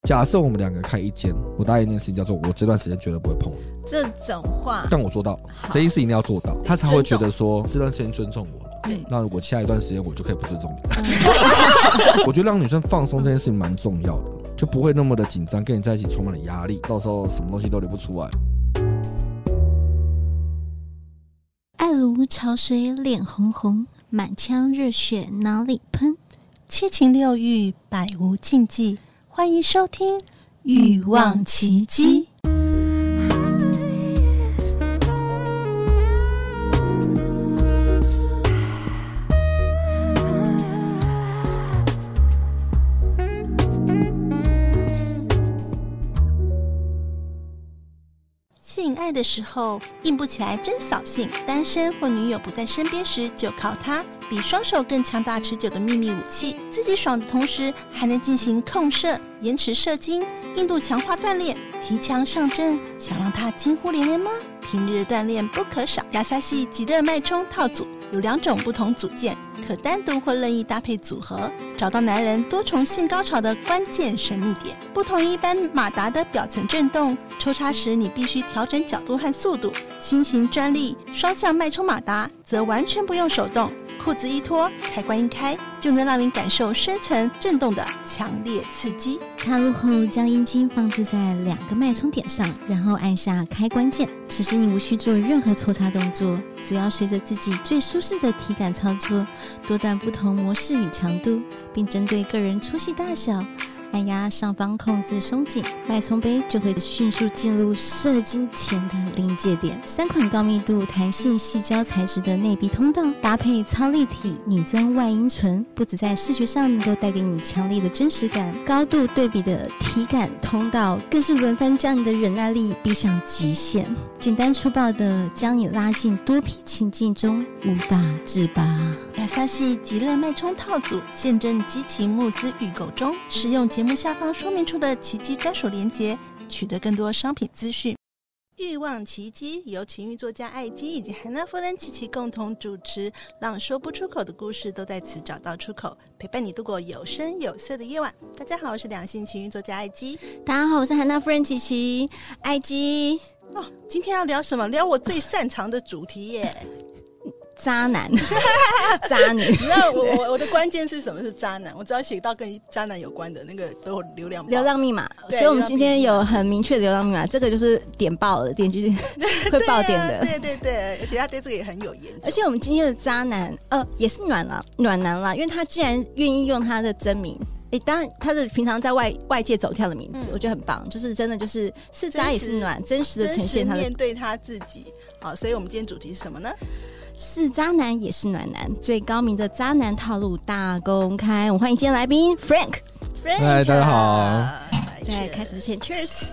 假设我们2个开一间，我答应一件事情叫做我这段时间绝对不会碰你， 这种话， 但我做到这件事一定要做到，他才会觉得说这段时间尊重我。那我下一段时间我就可以不尊重你。我觉得让女生放松这件事情蛮重要的，就不会那么的紧张，跟你在一起充满了压力，到时候什么东西都流不出来。 爱如潮水脸红红，满腔热血哪里喷， 七情六欲百无禁忌，欢迎收听《欲望奇迹》。性爱的时候硬不起来真扫兴，单身或女友不在身边时就靠它，比双手更强大持久的秘密武器，自己爽的同时还能进行控射、延迟射精、硬度强化锻炼，提枪上阵，想让它惊呼连连吗？平日锻炼不可少。亚萨西极热脉冲套组有2种不同组件，可单独或任意搭配组合，找到男人多重性高潮的关键神秘点。不同于一般马达的表层震动，抽插时你必须调整角度和速度。新型专利双向脉冲马达则完全不用手动，裤子一脱，开关一开，就能让你感受深层震动的强烈刺激。 插入后将阴茎放置在2个脉冲点上，然后按下开关键。此时你无需做任何搓擦动作，只要随着自己最舒适的体感操作，多段不同模式与强度，并针对个人粗细大小按压上方控制松紧，脉冲杯就会迅速进入射精前的临界点。3款高密度弹性细胶材质的内壁通道，搭配超立体拧针外阴唇，不只在视觉上能够带给你强烈的真实感，高度对比的体感通道更是轮番将你的忍耐力逼向极限，简单粗暴的将你拉进多批情境中，无法自拔。 亚萨西极热脉冲套组现正激情募资预购中，使用节目下方说明处的奇迹专属连结，取得更多商品资讯。欲望奇迹由情欲作家艾姬以及韩娜夫人琪琪共同主持，让说不出口的故事都在此找到出口，陪伴你度过有声有色的夜晚。大家好，我是两性情欲作家艾姬。 大家好，我是韩娜夫人琪琪。艾姬今天要聊什么？聊我最擅长的主题耶， 渣男渣女。 你知道我的关键是什么是渣男？我只要写到跟渣男有关的那个都有流量密码， 所以我们今天有很明确的流量密码，这个就是点爆了，点击会爆点的。 对，而且他对这个也很有研究。 而且我们今天的渣男也是暖男啦，因为他既然愿意用他的真名。当然他是平常在外界走跳的名字，我觉得很棒，就是真的就是渣也是暖，真实的呈现他的面对他自己。好，所以我们今天主题是什么呢？ 是渣男也是暖男，最高明的渣男套路大公开。我们欢迎今天来宾 Frank。 嗨，大家好。 在开始之前 Cheers。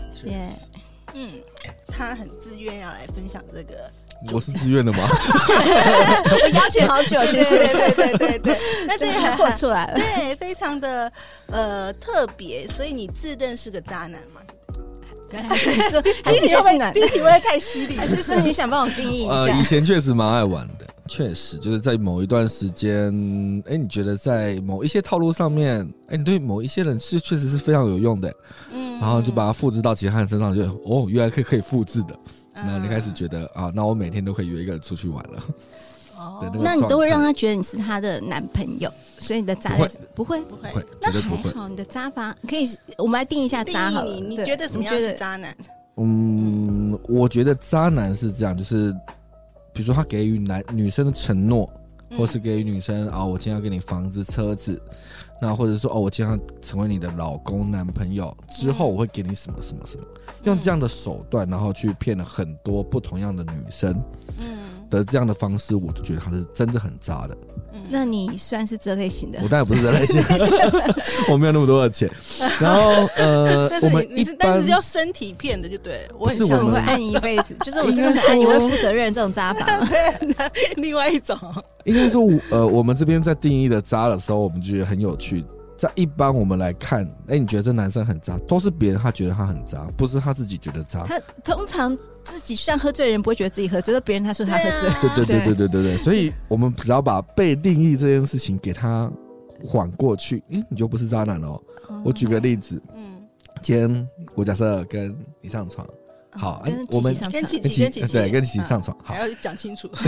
他很自愿要来分享这个。 我是自愿的吗？ 我要求好久，其实对，那这也很破出来了， 对，非常的特别，所以你自认是个渣男吗？ 第一题会不会太犀利？ 还是说你想帮我定义一下？ 以前确实蛮爱玩的，确实就是在某一段时间，你觉得在某一些套路上面，你对某一些人是确实是非常有用的，然后就把它复制到其他人身上，就原来可以复制的。然后你开始觉得那我每天都可以约一个人出去玩了。 那你都会让他觉得你是他的男朋友，所以你的渣不会， 绝对不会。 那还好，你的渣法可以，我们来定义一下渣好了。 你觉得什么样是渣男？ 我觉得渣男是这样，就是比如说他给予女生的承诺，或是给予女生我今天要给你房子车子，那或者说我今天要成为你的老公男朋友，之后我会给你什么什么什么，用这样的手段然后去骗了很多不同样的女生的这样的方式，我就觉得他是真的很渣的。 那你算是这类型的？ 我当然不是这类型的我没有那么多的钱。然后我们一般但是要身体骗的就对了，我很想会爱你一辈子，就是我真的很爱你，会负责任这种渣法。 另外一种应该说我们这边在定义的渣的时候，我们就觉得很有趣。在一般我们来看，你觉得这男生很渣，都是别人他觉得他很渣，不是他自己觉得渣。 他通常自己像喝醉的人不会觉得自己喝醉，都别人他说他喝醉。对，所以我们只要把被定义这件事情给他缓过去，你就不是渣男了。我举个例子， 今天我假设跟你上床，好，我们跟琪对，跟琪琪上床，好， 还要讲清楚。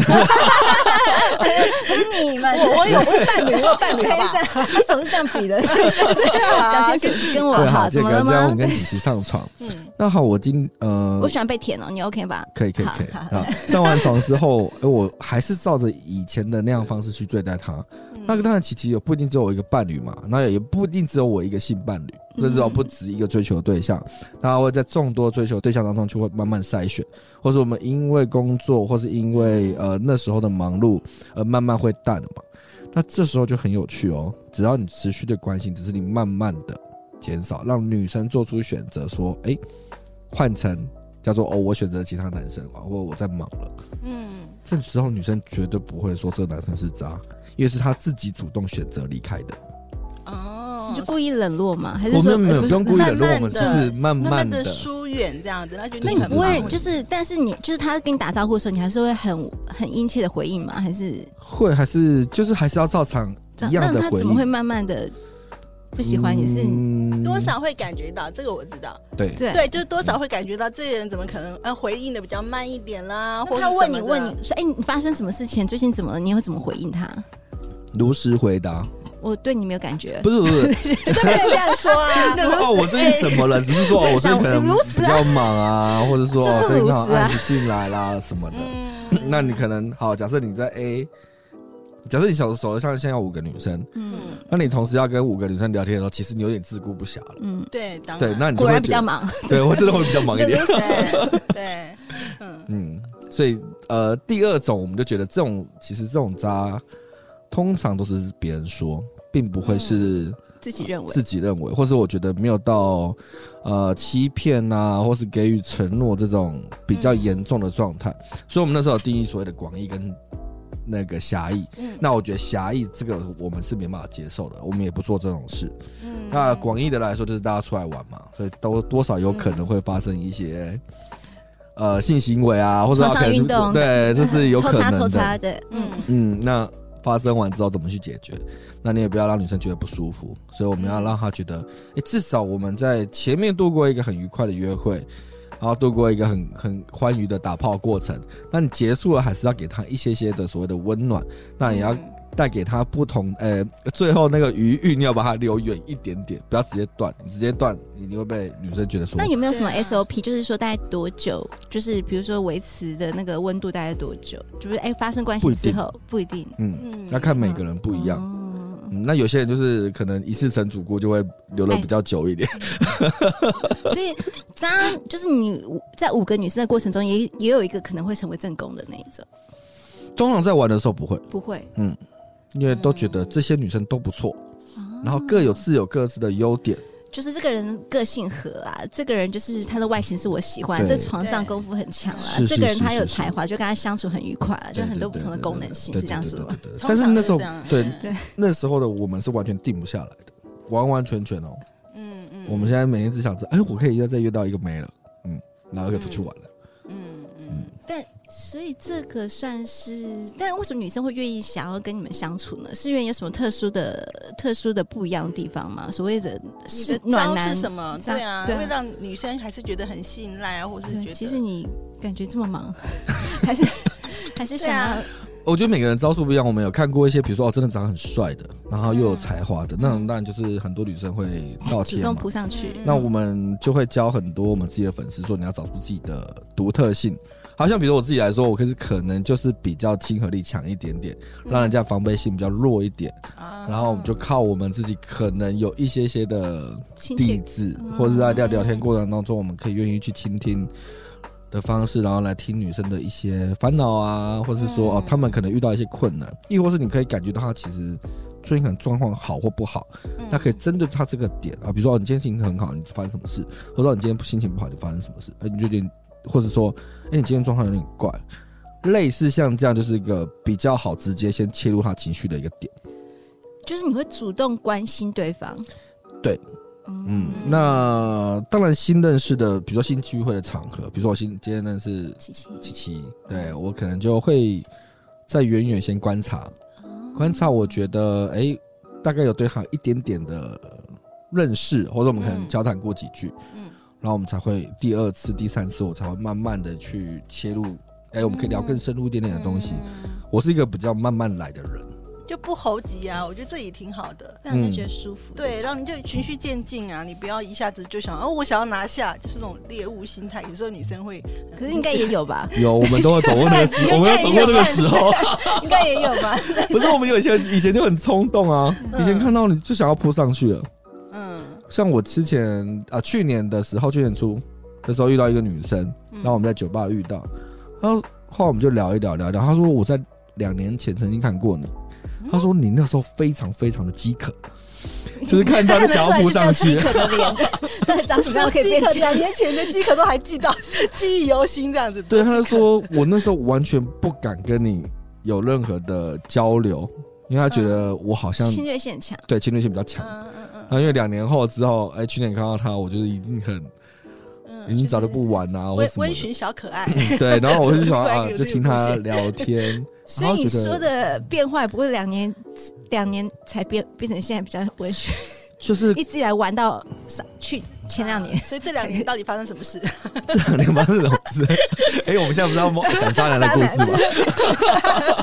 你们， 我有伴侣，好吧？ 他手是这样比的，讲清楚跟我好，怎么了吗？ 这样我跟琪琪上床，那好，我我喜欢被舔哦，你 OK 吧？ 可以。上完床之后，我还是照着以前的那样方式去对待他。那个当然，琪琪不一定只有我一个伴侣嘛，那也不一定只有我一个性伴侣，甚至不止一个追求对象。那会在众多追求对象当中，就会慢慢筛选，或者我们因为工作，或是因为那时候的忙碌，慢慢会淡了嘛。那这时候就很有趣哦，只要你持续的关心，只是你慢慢的减少，让女生做出选择，说，换成叫做我选择其他男生，或我在忙了。这时候女生绝对不会说这个男生是渣，因为是他自己主动选择离开的。 你就故意冷落吗？还是说没有不用故意冷落，我们就是慢慢的疏远这样子。 那你不会就是，但是你就是他跟你打招呼的时候，你还是会很殷切的回应吗？还是会还是要照常一样的回应？ 那他怎么会慢慢的不喜欢你？是多少会感觉到，这个我知道。 对， 就是多少会感觉到这个人怎么可能回应的比较慢一点啦，或者他问你说，你发生什么事情？最近怎么了？你会怎么回应他？ 如实回答。 我对你没有感觉， 不是， 就不能这样说啊！ 我最近怎么了？只是说我最近可能比较忙啊，或者说最近刚好案子进来啦什么的。那你可能好，假设你在 A， 假设你手头上现在有5个女生，那你同时要跟5个女生聊天的时候，其实你有点自顾不暇了。 对， 那你果然比较忙。 对，我真的会比较忙一点。 对， 所以第二种我们就觉得其实这种渣。通常都是别人说，并不会是自己认为，或是我觉得没有到欺骗啊，或是给予承诺这种比较严重的状态。所以我们那时候有定义所谓的广义跟那个狭义。那我觉得狭义这个我们是没办法接受的，我们也不做这种事。那广义的来说，就是大家出来玩嘛，所以多少有可能会发生一些性行为啊，或者可能运动， 对，这是有可能的。 抽插的， 那发生完之后怎么去解决？那你也不要让女生觉得不舒服，所以我们要让她觉得，至少我们在前面度过一个很愉快的约会，然后度过一个很欢愉的打炮过程。那你结束了，还是要给她一些的所谓的温暖，那也要带给她不同，最后那个余韵你要把它留远一点点，不要直接断。你直接断，你会被女生觉得说。 那有没有什么 SOP？就是说大概多久？就是比如说维持的那个温度大概多久？就是发生关系之后不一定。 要看每个人不一样。那有些人就是可能一次成主顾，就会留得比较久一点。 所以渣就是你在5个女生的过程中也有一个可能会成为正宫的那一种。 通常在玩的时候不会，因为都觉得这些女生都不错，然后各有各自的优点。就是这个人个性合啊，这个人就是他的外形是我喜欢，这床上功夫很强啊，这个人他有才华，就跟他相处很愉快啊，就很多不同的功能性，是这样说吗？ 但是那时候那时候的我们是完全定不下来的，完完全全哦。我们现在每天只想着，我可以再约到一个妹了，然后就出去玩了。 但所以这个算是，但为什么女生会愿意想要跟你们相处呢？是因为有什么特殊的不一样的地方吗？所谓的暖男是什么？对啊，会让女生还是觉得很信赖啊，或是觉得其实你感觉这么忙，还是想要。 我觉得每个人招数不一样，我们有看过一些，比如说真的长得很帅的，然后又有才华的，那种当然就是很多女生会倒贴嘛， 主动扑上去。 那我们就会教很多我们自己的粉丝说，你要找出自己的独特性。好像比如我自己来说，我可能就是比较亲和力强一点点，让人家防备性比较弱一点，然后我们就靠我们自己可能有一些的底子，或者在聊天过程当中，我们可以愿意去倾听的方式，然后来听女生的一些烦恼啊，或是说他们可能遇到一些困难，亦或是你可以感觉到他其实最近可能状况好或不好，那可以针对他这个点啊，比如说你今天心情很好，你发生什么事，或者说你今天心情不好，你发生什么事，你就有点，或者说你今天状况有点怪，类似像这样，就是一个比较好直接先切入他情绪的一个点， 就是你会主动关心对方。 对。那当然新认识的，比如说新聚会的场合，比如说我今天认识琪琪，对，我可能就会在远远先观察，我觉得大概有对他一点点的认识，或者我们可能交谈过几句，然后我们才会第2次、第3次，我才会慢慢的去切入，我们可以聊更深入一点点的东西。我是一个比较慢慢来的人， 就不猴急啊，我觉得这也挺好的， 让人觉得舒服。 对，然后你就循序渐进啊，你不要一下子就想我想要拿下，就是那种猎物心态。有时候女生会， 可是应该也有吧？ 有，我们都有走过那个时，我们有走过那个时候， 应该也有吧？ 不是，我们以前就很冲动啊，以前看到你就想要扑上去了。像我之前去年的时候，去年初的时候遇到一个女生，然后我们在酒吧遇到，然后后来我们就聊一聊，她说我在2年前曾经看过你，她说你那时候非常非常的饥渴，就是看到就想要扑上去。 饥渴的脸，到底长什么样可以变饥渴？2年前的饥渴都还记忆犹新这样子。 对，她就说我那时候完全不敢跟你有任何的交流，因为她觉得我好像侵略性强， 对，侵略性比较强。然后因为2年后之后，去年看到他，我就是已经已经早就不玩啊， 温驯小可爱。 对，然后我就想就听他聊天。 所以你说的变坏不会2年才变成现在比较温驯， 就是一直以来玩到去前2年。 所以这2年到底发生什么事？ 这2年发生什么事？我们现在不是要讲渣男的故事吗？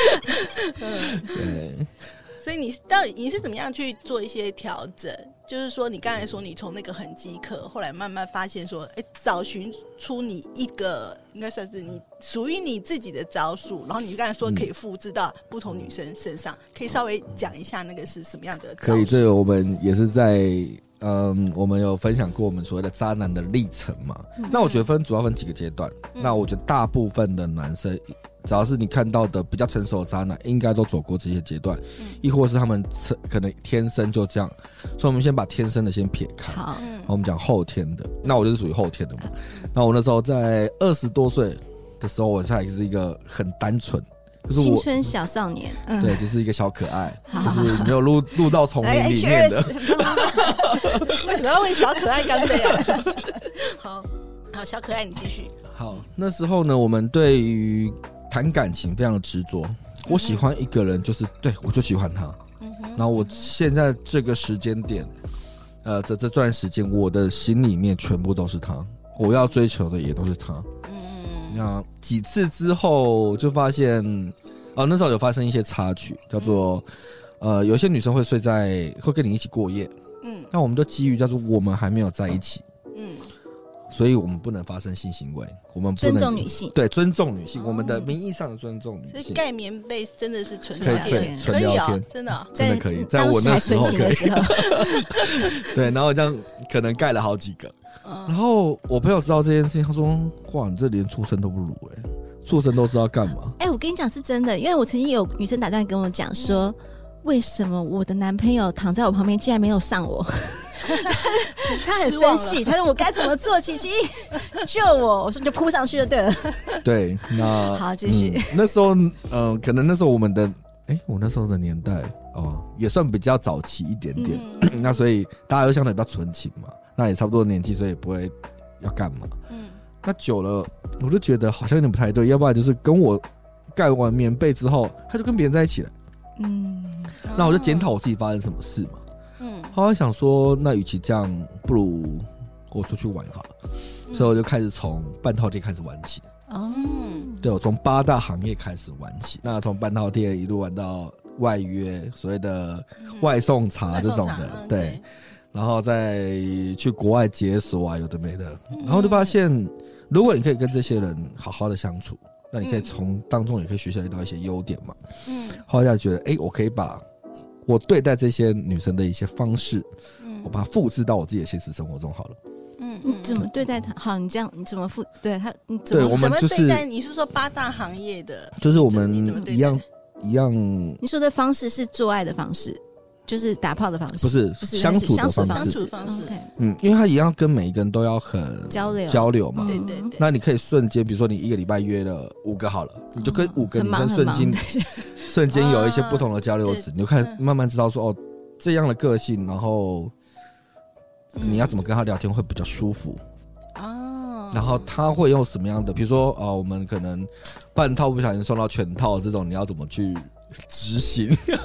对。 所以你是怎么样去做一些调整？就是说，你刚才说你从那个很饥渴，后来慢慢发现说，找寻出你一个应该算是你属于你自己的招数，然后你刚才说可以复制到不同女生身上，可以稍微讲一下那个是什么样的招数？ 可以，这个我们也是在我们有分享过我们所谓的渣男的历程嘛。那我觉得主要分几个阶段。那我觉得大部分的男生，只要是你看到的比较成熟的渣男，应该都走过这些阶段，亦或是他们可能天生就这样。所以我们先把天生的先撇开，好，我们讲后天的。那我就是属于后天的嘛。那我那时候在20多岁的时候，我还是一一个很单纯。就是青春小少年， 对，就是一个小可爱，就是没有入到丛林里面的。 为什么要问小可爱干杯啊？好，小可爱，你继续。 好，那时候呢，我们对于谈感情非常的执着。我喜欢一个人，就是对我就喜欢他。然后我现在这个时间点，这段时间，我的心里面全部都是他，我要追求的也都是他。那几次之后就发现，那时候有发生一些插曲，叫做有些女生会会跟你一起过夜，那我们都基于叫做我们还没有在一起，所以我们不能发生性行为，我们不能尊重女性， 对，尊重女性，我们的名义上的尊重女性。 所以盖棉被真的是纯聊天， 纯聊天， 真的真的可以，在我那时候可以。对，然后这样可能盖了好几个。然后我朋友知道这件事情，他说：“哇，你这连畜生都不如畜生都知道干嘛？” 我跟你讲是真的，因为我曾经有女生打电话跟我讲说，为什么我的男朋友躺在我旁边竟然没有上我？他很生气，他说我该怎么做？琪琪救我！我说你就扑上去就对了。 对，那好继续。 那时候可能那时候我们的我那时候的年代也算比较早期一点点，那所以大家都相对比较纯情嘛。那也差不多的年纪，所以也不会要干嘛。那久了，我就觉得好像有点不太对，要不然就是跟我盖完棉被之后，他就跟别人在一起了。那我就检讨我自己发生什么事嘛。后来想说，那与其这样，不如我出去玩好了。所以我就开始从半套店开始玩起。对，我从8大行业开始玩起。那从半套店一路玩到外约，所谓的外送茶这种的，对。然后再去国外解锁啊，有的没的，然后就发现，如果你可以跟这些人好好的相处，那你可以从当中也可以学习到一些优点嘛。后来就觉得，我可以把我对待这些女生的一些方式，我把它复制到我自己的现实生活中好了。 你怎么对待他？好，你这样你怎么对他？你怎么对待？你是说8大行业的？ 就是我们一样。 你说的方式是做爱的方式？就是打炮的方式， 不是相处的方式。因为他一样跟每一个人都要很交流嘛。 对。 那你可以瞬间，比如说你1个礼拜约了5个好了，你就跟5个女生瞬间有一些不同的交流值，你就看慢慢知道说这样的个性，然后你要怎么跟他聊天会比较舒服。然后他会用什么样的，比如说我们可能半套不小心送到全套这种，你要怎么去执行？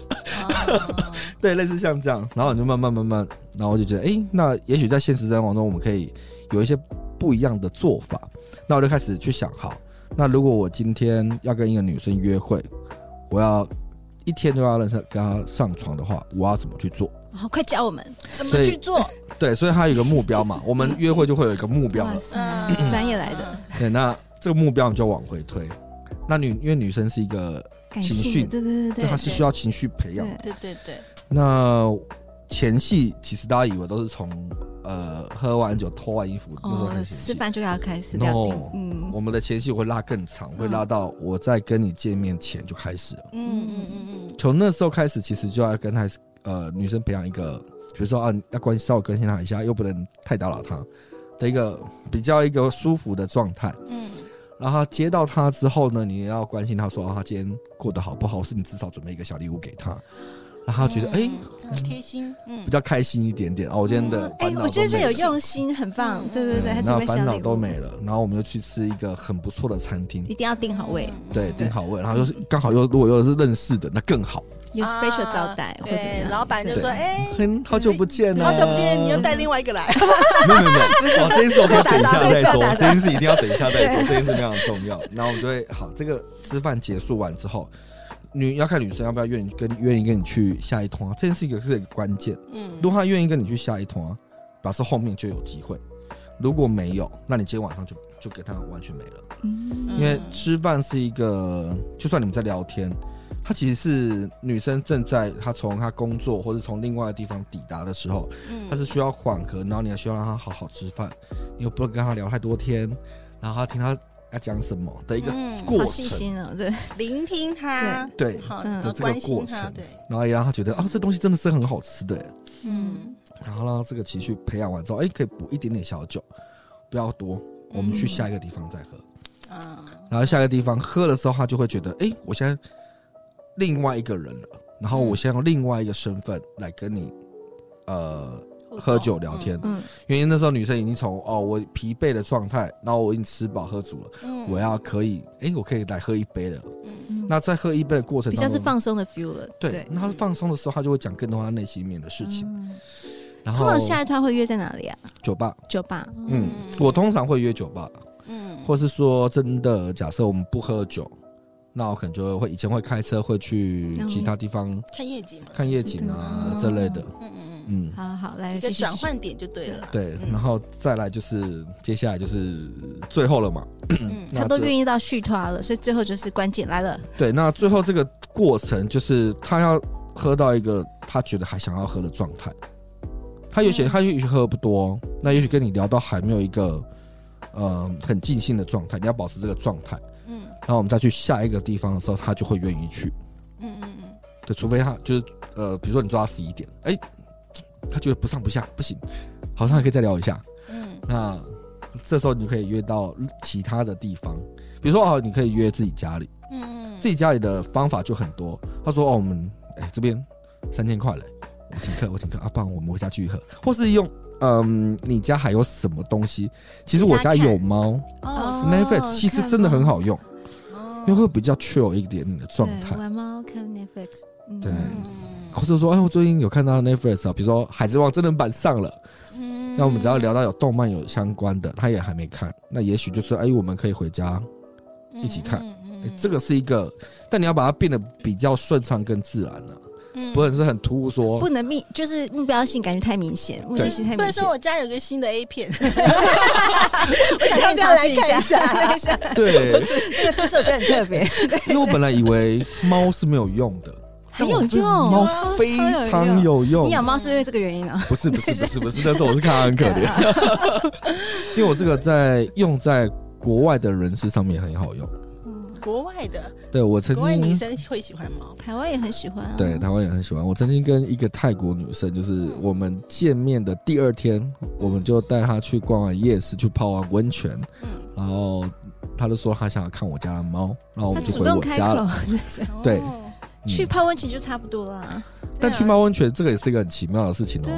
对，类似像这样，然后你就慢慢，然后我就觉得，那也许在现实生活中我们可以有一些不一样的做法。那我就开始去想，好，那如果我今天要跟一个女生约会，我要一天就要跟她上床的话，我要怎么去做？ 好，快教我们怎么去做？ 对，所以他有一个目标嘛，我们约会就会有一个目标了。 专业来的。 对，那这个目标你就往回推。那因为女生是一个情绪， 对， 她是需要情绪培养的。 对。 那前戏其实大家以为都是从喝完酒脱完衣服那时候开始吃饭就要开始聊天。 我们的前戏会拉更长，会拉到我在跟你见面前就开始了。从那时候开始，其实就要跟女生培养一个，比如说要稍微关心她一下，又不能太打扰她的一个比较一个舒服的状态。然后接到她之后呢，你也要关心她说她今天过得好不好，是你至少准备一个小礼物给她。然后他觉得很贴心， 比较开心一点点我今天的烦恼我觉得这有用心，很棒，对， 那烦恼都没了，然后我们就去吃一个很不错的餐厅， 一定要订好位， 对，订好位，然后就是刚好如果又是认识的，那更好， 有 special 招待或者怎么样， 老板就说好久不见了， 好久不见，你要带另外一个来， 没有，这件事我可以等一下再说，这件事一定要等一下再说，这件事非常重要。然后我们就会好，这个吃饭结束完之后。要看女生要不要愿意跟你去下一团，这件事是一个关键。如果她愿意跟你去下一团，表示后面就有机会；如果没有，那你今天晚上就跟她完全没了。因为吃饭是一个，就算你们在聊天，她其实是女生她从她工作或者从另外的地方抵达的时候，她是需要缓和，然后你还需要让她好好吃饭，你又不能跟她聊太多天，然后她听她要讲什么的一个过程，好细心哦，对， 聆听他， 对的这个过程，然后也让他觉得这东西真的是很好吃的，然后让这个情绪培养完之后，可以补一点点小酒，不要多，我们去下一个地方再喝，然后下一个地方喝的时候，他就会觉得，我现在另外一个人了，然后我现在用另外一个身份来跟你，喝酒聊天，因为那时候女生已经从我疲惫的状态，然后我已经吃饱喝足了，我可以来喝一杯了。那在喝一杯的过程当中， 比较是放松的 feel 了。 对，那他放松的时候，他就会讲更多他内心面的事情。然后通常下一团会约在哪里啊？ 酒吧。 我通常会约酒吧，或是说真的，假设我们不喝酒。那我可能就会以前会开车会去其他地方看夜景这类的， 好来一个转换点就对了。 对，然后再来就是接下来就是最后了嘛， 他都愿意到续团了，所以最后就是关键来了。 对，那最后这个过程就是他要喝到一个他觉得还想要喝的状态，他也许喝不多，那也许跟你聊到还没有一个很尽兴的状态，你要保持这个状态。然后我们再去下一个地方的时候，他就会愿意去。对，除非他就是比如说你做到11点，他觉得不上不下，不行，好像还可以再聊一下。那这时候你可以约到其他的地方，比如说你可以约自己家里。自己家里的方法就很多。他说我们这边3000块了，我请客不然我们回家继续喝，或是用。你家还有什么东西？其实我家有猫，Netflix 其实真的很好用，因为会比较 chill 一点的状态。 玩猫看 Netflix， 对，或者说我最近有看到 Netflix 比如说《海贼王》真人版上了，那我们只要聊到有动漫有相关的，他也还没看，那也许就是我们可以回家一起看。这个是一个，但你要把它变得比较顺畅跟自然了。不能是很突兀说， 不能就是目标性感觉太明显，目的性太明显。 不能说我家有个新的 A 片， 我想要这样来看一下。 对， 这个姿势我觉得很特别。 因为我本来以为猫是没没用的， 很有用， 猫非常有用。 你养猫是因为这个原因啊？ 不是，那时候我是看它很可怜，因为我这个用在国外的人士上面很好用。 国外的， 对，我曾经国外女生会喜欢猫， 台湾也很喜欢。 对，台湾也很喜欢。我曾经跟一个泰国女生，就是我们见面的第2天，我们就带她去逛完夜市，去泡完温泉，然后她就说她想要看我家的猫，然后我们就回我家了。对， 去泡温泉就差不多了。 但去泡温泉这个也是一个很奇妙的事情哦，因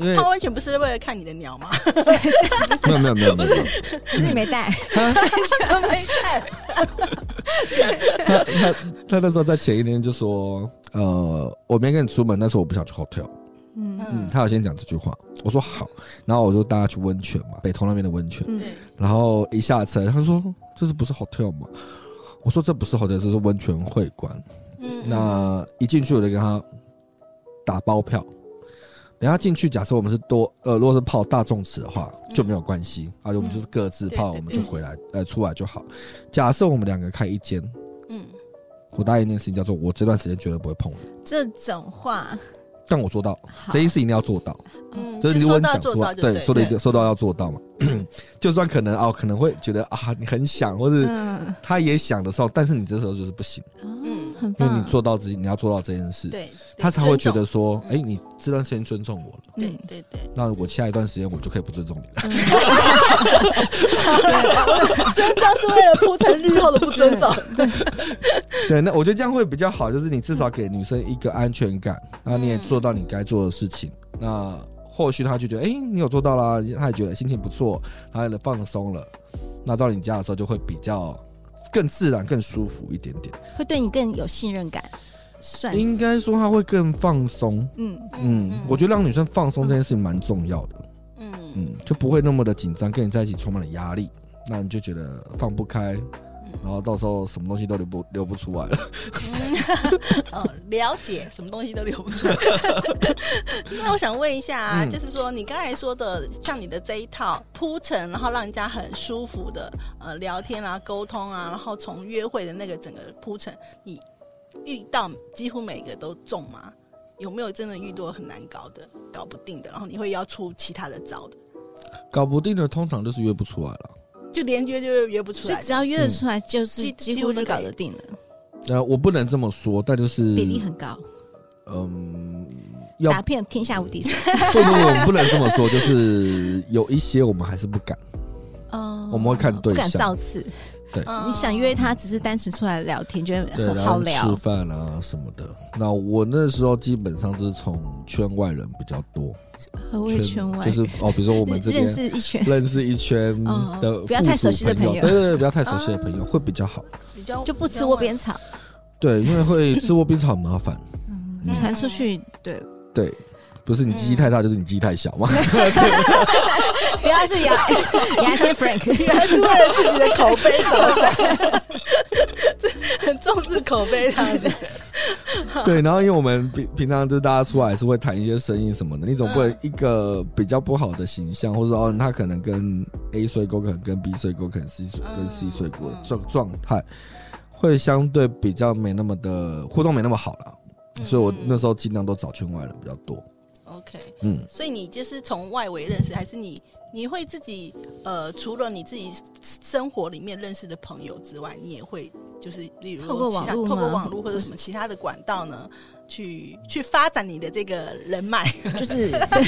因为泡温泉不是为了看你的鸟吗？ 没有， 可是你没带， 没看。 他那时候在前一天就说，我没跟你出门，但是我不想去 hotel。他有先讲这句话，我说好，然后我就带他去温泉嘛，北投那边的温泉。 对， 然后一下车，他说这是不是 hotel 吗？我说这不是 hotel， 这是温泉会馆。那一进去我就跟他打包票。等一下进去，假设我们是如果是泡大众池的话就没有关系，我们就是各自泡，我们就回来出来就好。假设我们2个开一间，我答应一件事情，叫做我这段时间绝对不会碰你。 这种话， 但我做到，这件事一定要做到。这是就如果你讲出来，对，说到要做到嘛。就算可能会觉得你很想，或者他也想的时候，但是你这时候就是不行。因为你做到你要做到这件事， 对， 他才会觉得说，你这段时间尊重我了， 对， 那我下一段时间我就可以不尊重你了。 尊重是为了铺成日后的不尊重。 对，那我觉得这样会比较好，就是你至少给女生一个安全感，那你也做到你该做的事情，那后续他就觉得，你有做到啦，他也觉得心情不错，他也放松了，那到你家的时候就会比较更自然、更舒服一点点， 会对你更有信任感。 应该说他会更放松。我觉得让女生放松这件事情蛮重要的。就不会那么的紧张，跟你在一起充满了压力，那你就觉得放不开，然后到时候什么东西都流不出来了。 了解，什么东西都流不出来。那我想问一下就是说你刚才说的，像你的这一套铺陈，然后让人家很舒服的聊天啊、沟通啊，然后从约会的那个整个铺陈，你遇到几乎每个都中吗？有没有真的遇到很难搞的、搞不定的，然后你会要出其他的招的？ 搞不定的通常就是约不出来了，就连约就约不出来， 所以只要约得出来，就是几乎就搞得定了。 我不能这么说，但就是比例很高。打遍天下无敌手。 不，我们不能这么说，就是有一些我们还是不敢。我们会看对象， 不敢造次。 对， 你想约他只是单纯出来聊天，觉得好聊， 吃饭啊什么的。那我那时候基本上都是从圈外人比较多。 何谓圈外？ 就是比如说我们这边认识一圈的不要太熟悉的朋友， 对，不要太熟悉的朋友会比较好， 就不吃窝边草。 对，因为会吃窝边草很麻烦， 传出去， 对。不是你鸡鸡太大，就是你鸡鸡太小嘛。 不要是牙签 Frank， 你还是为了自己的口碑着想，很重视口碑他的。 对，然后因为我们平常就是大家出来是会谈一些生意什么的，你总不能一个比较不好的形象，或者说他可能跟 A 睡过，可能跟 B 睡过，可能跟 C 睡过的状态，会相对比较没那么的互动没那么好啦。所以我那时候尽量都找圈外人比较多。 OK，所以你就是从外围认识，还是你会自己除了你自己生活里面认识的朋友之外，你也会就是例如透过网络或者什么其他的管道呢，去发展你的这个人脉， 就是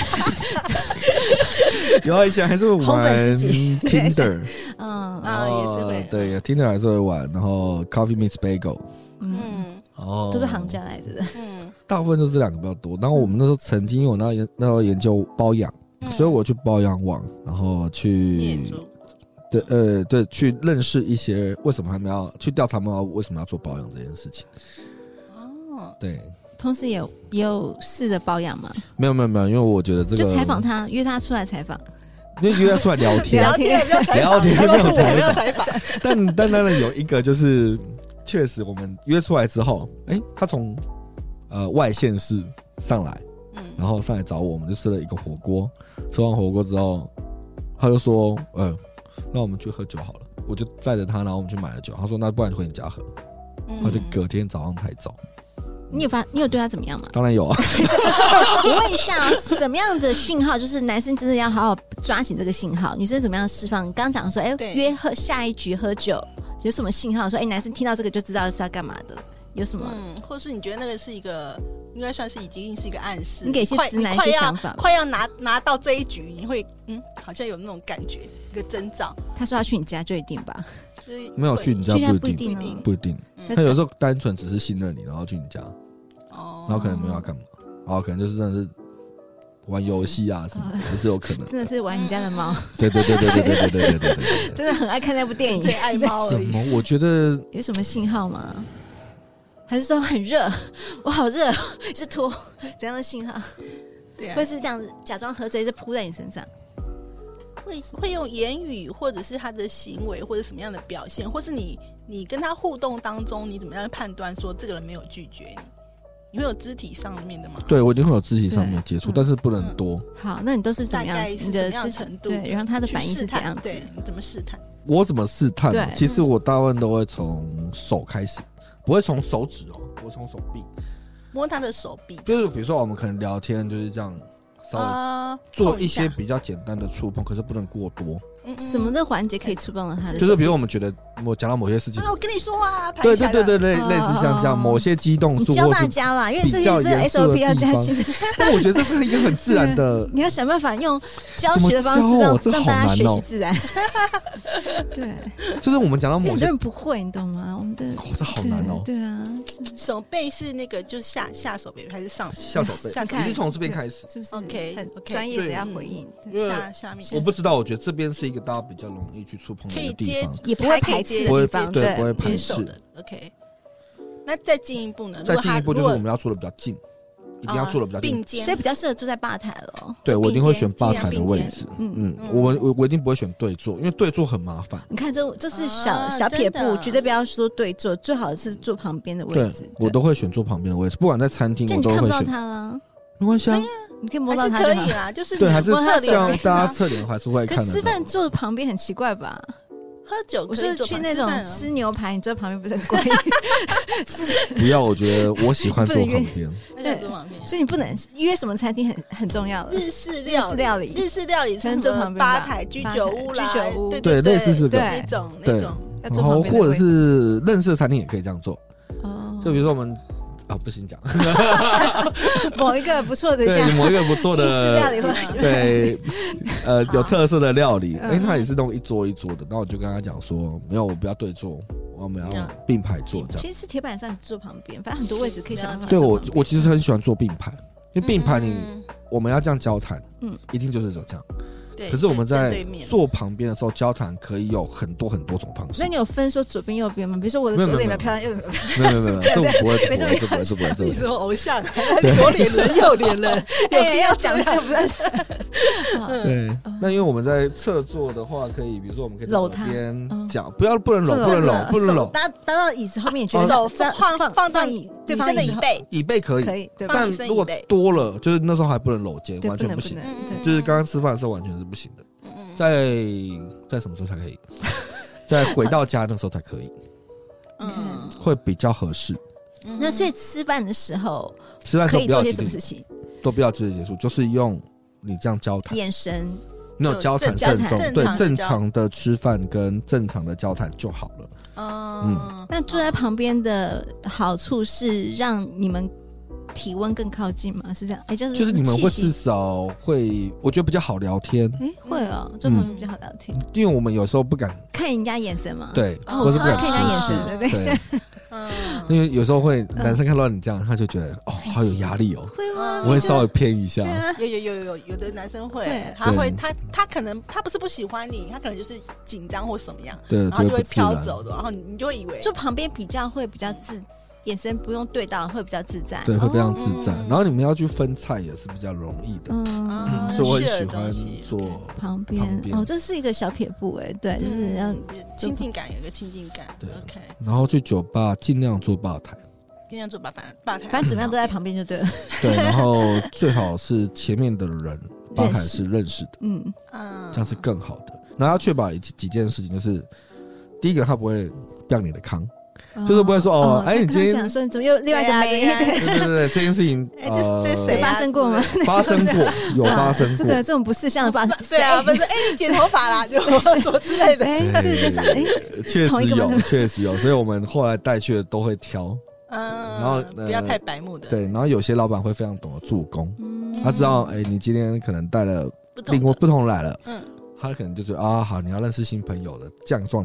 有以前还是会玩 Tinder， 也是会， 对 Tinder 还是会玩，然后 Coffee Meets Bagel， 都是行家来着的， 大部分都是这2个比较多。然后我们那时候曾经有那时候研究包养，所以我去包养网，然后去对去认识一些为什么他们要去调查他们为什么要做包养这件事情。对。 同时也有试着包养吗？ 没有，因为我觉得这个就采访他，约他出来采访。 因为约他出来聊天， 聊天没有采访， 但当然有一个就是确实我们约出来之后，他从外县市上来，然后上来找我们就吃了一个火锅，吃完火锅之后他就说那我们去喝酒好了，我就载着他，然后我们去买了酒，他说那不然就回你家喝，他就隔天早上才走。 你有对他怎么样吗？ 当然有啊。 我问一下什么样的讯号就是男生真的要好好抓紧这个信号，女生怎么样释放？刚讲说约下一局喝酒有什么信号说男生听到这个就知道是要干嘛的，有什么或是你觉得那个是一个应该算是已经是一个暗示， 你给一些直男一些想法， 快要拿到这一局你会好像有那种感觉，一个征兆。 他说要去你家就一定吧？ 没有去你家不一定，他有时候单纯只是信任你然后去你家，然后可能没有要干嘛，然后可能就是真的是玩游戏啊什么的，也是有可能。 真的是玩你家的猫， 对， 真的很爱看那部电影。 最爱猫而已。 什么？我觉得有什么信号吗？还是说很热，我好热，是脱怎样的信号？ 对啊会是这样假装喝醉，就扑在你身上？ 会用言语，或者是他的行为，或者什么样的表现，或是你跟他互动当中，你怎么样判断说这个人没有拒绝你？你会有肢体上面的吗？ 对我一定会有肢体上面的接触， 对但是不能多。 好，那你都是怎么样子？ 大概是你的什么样的程度？ 对，然后他的反应是去试探怎样子？ 对，你怎么试探？ 我怎么试探对？ 其实我大部分都会从手开始，不会从手指哦，我从手臂， 摸他的手臂， 就是比如说我们可能聊天就是这样，稍微做一些比较简单的触碰，可是不能过多。 什么的环节可以触碰到他的手臂？ 就是比如我们觉得我讲到某些事情， 我跟你说啊， 对，类似像这样某些激动你处， 教大家啦，因为这比较些严肃的 SOP 要加地进。 但我觉得这是一个很自然的， 你要想办法用教学的方式让大家学习自然。对， 就是我们讲到某些很多人不会，你懂吗？我们的这好难哦。 对啊， 手背是那个就是下手背还是上下手背？一定从这边开始， 是不是 ？OK， 很专业的要回应。 下面我不知道，我觉得这边是一个大家比较容易去触碰的一个地方， 也不会排斥， 不会对， 不会排斥的。OK， 那再进一步呢？ 再进一步就是我们要坐的比较近，一定要坐的比较近， 并肩， 所以比较适合坐在吧台了。 对，我一定会选吧台的位置。我一定不会选对坐，因为对坐很麻烦。 你看，这是小撇步，绝对不要说对坐，最好是坐旁边的位置。 我都会选坐旁边的位置，不管在餐厅，我都会选。 你看不到他了， 没关系啊。 你可以摸到他可以啦，就是对，还是这样，大家侧脸还是会看的。 吃饭坐旁边很奇怪吧？ 喝酒我说去那种吃牛排，你坐旁边不是很怪？ 不要，我觉得我喜欢坐旁边。 对，坐旁边。 所以你不能约什么餐厅很重要了。 日式料理， 才能坐旁边。 吧台、居酒屋啦， 对，类似是那种。 要坐旁边， 或者是认识的餐厅也可以这样做。就比如说我们。不行讲某一个不错的， 对，某一个不错的料理， 对，有特色的料理，他也是弄一桌一桌的，然后我就跟他讲说，没有，我不要对坐，我们要并排坐这样。 其实是铁板上坐旁边，反正很多位置可以想办法。 对我其实很喜欢坐并排，因为并排我们要这样交谈，一定就是这样。可是我们在坐旁边的时候交谈可以有很多种方式。 那你有分说左边右边吗？比如说我的左脸比较漂亮，右脸没有，这我不会。 你什么偶像？左脸人右脸人，有必要讲究不要讲。 对，那因为我们在侧坐的话，可以比如说我们可以搂他边讲，不能搂， 搭到椅子后面， 手放到对方的椅背可以，但如果多了，就是那时候还不能搂肩，完全不行。就是刚刚吃饭的时候完全是不行的。在什么时候才可以？在回到家那时候才可以。会比较合适。 那所以吃饭的时候， 可以做些什么事情？ 都不要直接结束，就是用你这样交谈， 眼神， 那种交谈慎重，对，正常的吃饭跟正常的交谈就好了。 那坐在旁边的好处是让你们体温更靠近吗？是这样？就是你们会至少会，我觉得比较好聊天。 会哦，坐旁边比较好聊天， 因为我们有时候不敢看人家眼神嘛。 对， 我超爱看人家眼神的，对。 因为有时候会男生看到你这样，他就觉得好有压力哦。 会吗？ 我会稍微偏一下。 有的男生会，他可能他不是不喜欢你，他可能就是紧张或什么样， 对， 然后就会飘走的，然后你就会以为坐旁边比较眼神不用对到，会比较自在， 对，会非常自在。然后你们要去分菜也是比较容易的，所以我很喜欢坐旁边。这是一个小撇步对，就是要亲近感，有一个亲近感。 对 ，OK。 然后去酒吧尽量坐吧台， 吧台， 反正怎么样都在旁边就对了。 对，然后最好是前面的人吧台是认识的，这样是更好的。然后要确保几件事情，就是第一个他不会吊你的康。就是不会说你今天讲说你怎么又另外一个妹？ 对，这件事情这谁发生过吗？ 发生过，有发生过。 这种不识相的吧？ 对啊，不是你剪头发啦，就什么之类的。 确实有，所以我们后来带去的都会挑，然后不要太白目的。 对，然后有些老板会非常懂得助攻，他知道你今天可能带了不同来了，他可能就觉得好，你要认识新朋友的这样状态。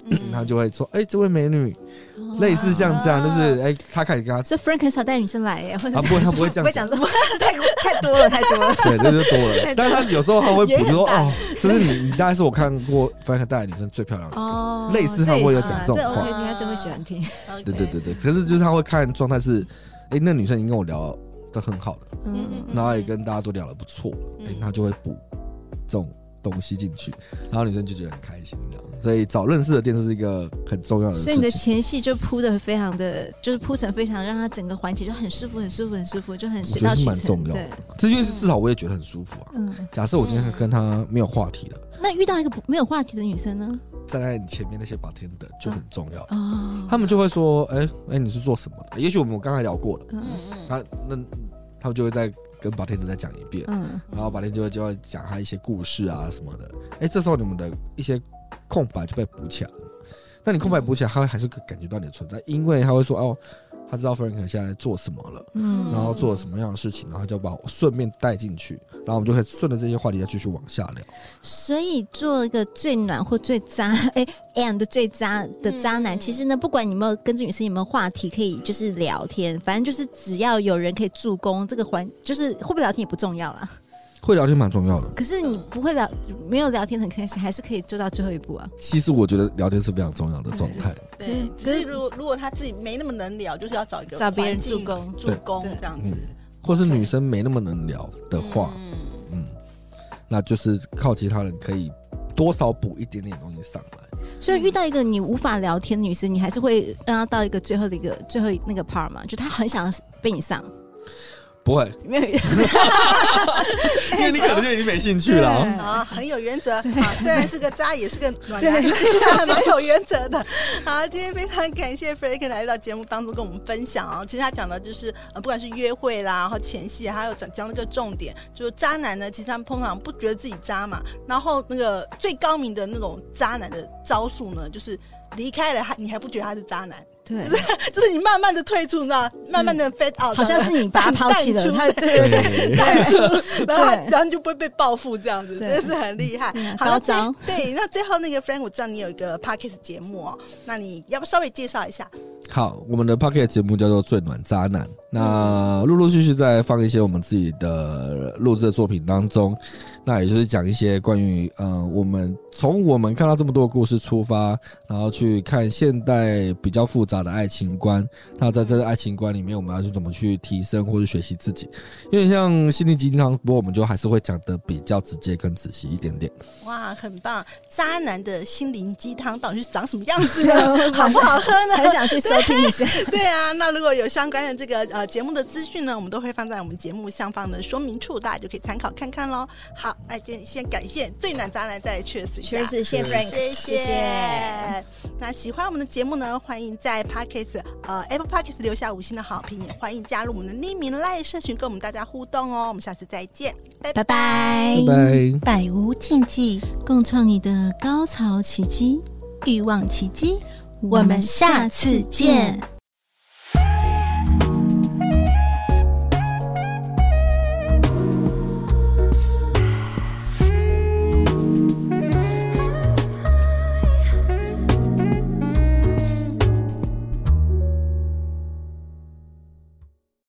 他就会说这位美女，类似像这样，就是他开始跟他， 所以 Frank 很少带女生来耶，或者他不会这样讲，不会讲太多了， 对，这就多了。但是他有时候他会补说这是你大概是我看过 Frank 带的女生最漂亮的，类似他会有讲这种话， 这 OK， 他真会喜欢听。 对，可是就是他会看状态是，那女生已经跟我聊得很好的，然后也跟大家都聊得不错了，他就会补这种东西进去，然后女生就觉得很开心这样，所以找认识的店是一个很重要的事情。 所以你的前戏就铺的非常的，就是铺陈非常，让他整个环节就很舒服，就很水到渠成。 我觉得是蛮重要的，这件事至少我也觉得很舒服啊。假设我今天跟他没有话题了， 那遇到一个没有话题的女生呢？ 站在你前面那些bartender就很重要，他们就会说，你是做什么的？也许我们刚才聊过了，他们就会再跟bartender再讲一遍，然后bartender就会讲他一些故事啊什么的，这时候你们的一些空白就被补起来了。那你空白补起来，他还是感觉到你的存在，因为他会说他知道 Frank 现在在做什么了，然后做了什么样的事情，然后他就把我顺便带进去，然后我们就可以顺着这些话题再继续往下聊。 所以做一个最暖或最渣and 最渣的渣男，其实呢，不管你有没有跟这女生有没有话题可以就是聊天，反正就是只要有人可以助攻，这个就是会不会聊天也不重要啦。 会聊天蛮重要的， 可是你不会没有聊天很开心，还是可以做到最后一步啊。 其实我觉得聊天是非常重要的状态。 对，可是如果他自己没那么能聊，就是要找别人助攻这样子， 或是女生没那么能聊的话，那就是靠其他人可以多少补一点点东西上来。 所以遇到一个你无法聊天的女生，你还是会让她到一个最后那个 part 嘛？就她很想被你上。 不会， 没有，因为你可能就已经没兴趣了啊，很有原则。好，虽然是个渣，也是个暖男，还蛮有原则的。好，今天非常感谢 Frank 来到节目当中跟我们分享哦。其实他讲的就是不管是约会啦，然后前戏，还有讲那个重点，就是渣男呢，其实他们通常不觉得自己渣嘛。然后那个最高明的那种渣男的招数呢，就是离开了你还不觉得他是渣男。 对， 就是你慢慢的退出，你知道，慢慢的 fade out， 好像是你把他抛弃了， 对，淡出，然后你就不会被报复这样子，真的是很厉害。好，对，那最后那个 Frank， 我知道你有一个 podcast 节目哦，那你要不稍微介绍一下？ 好，我们的 podcast 节目叫做《最暖渣男》，那陆陆续续在放一些我们自己的录制的作品当中，那也就是讲一些关于我们从我们看到这么多的故事出发，然后去看现代比较复杂的爱情观，那在这个爱情观里面，我们要去怎么去提升或者学习自己，有点像心灵鸡汤，不过我们就还是会讲的比较直接跟仔细一点点。 哇，很棒！渣男的心灵鸡汤到底是长什么样子呢？好不好喝呢？ 很想去收听一下。 对啊，那如果有相关的这个节目的资讯呢，我们都会放在我们节目上方的说明处，大家就可以参考看看咯。好，那今天先感谢最暖渣男，再来 cheers 一下， cheers， 谢谢 Frank， 谢谢。那喜欢我们的节目呢，欢迎在 Podcast Apple Podcast 留下5星的好评，也欢迎加入我们的匿名LINE社群，跟我们大家互动哦。我们下次再见，拜拜拜拜， 百无禁忌， 共创你的高潮奇迹， 欲望奇迹，我们下次见。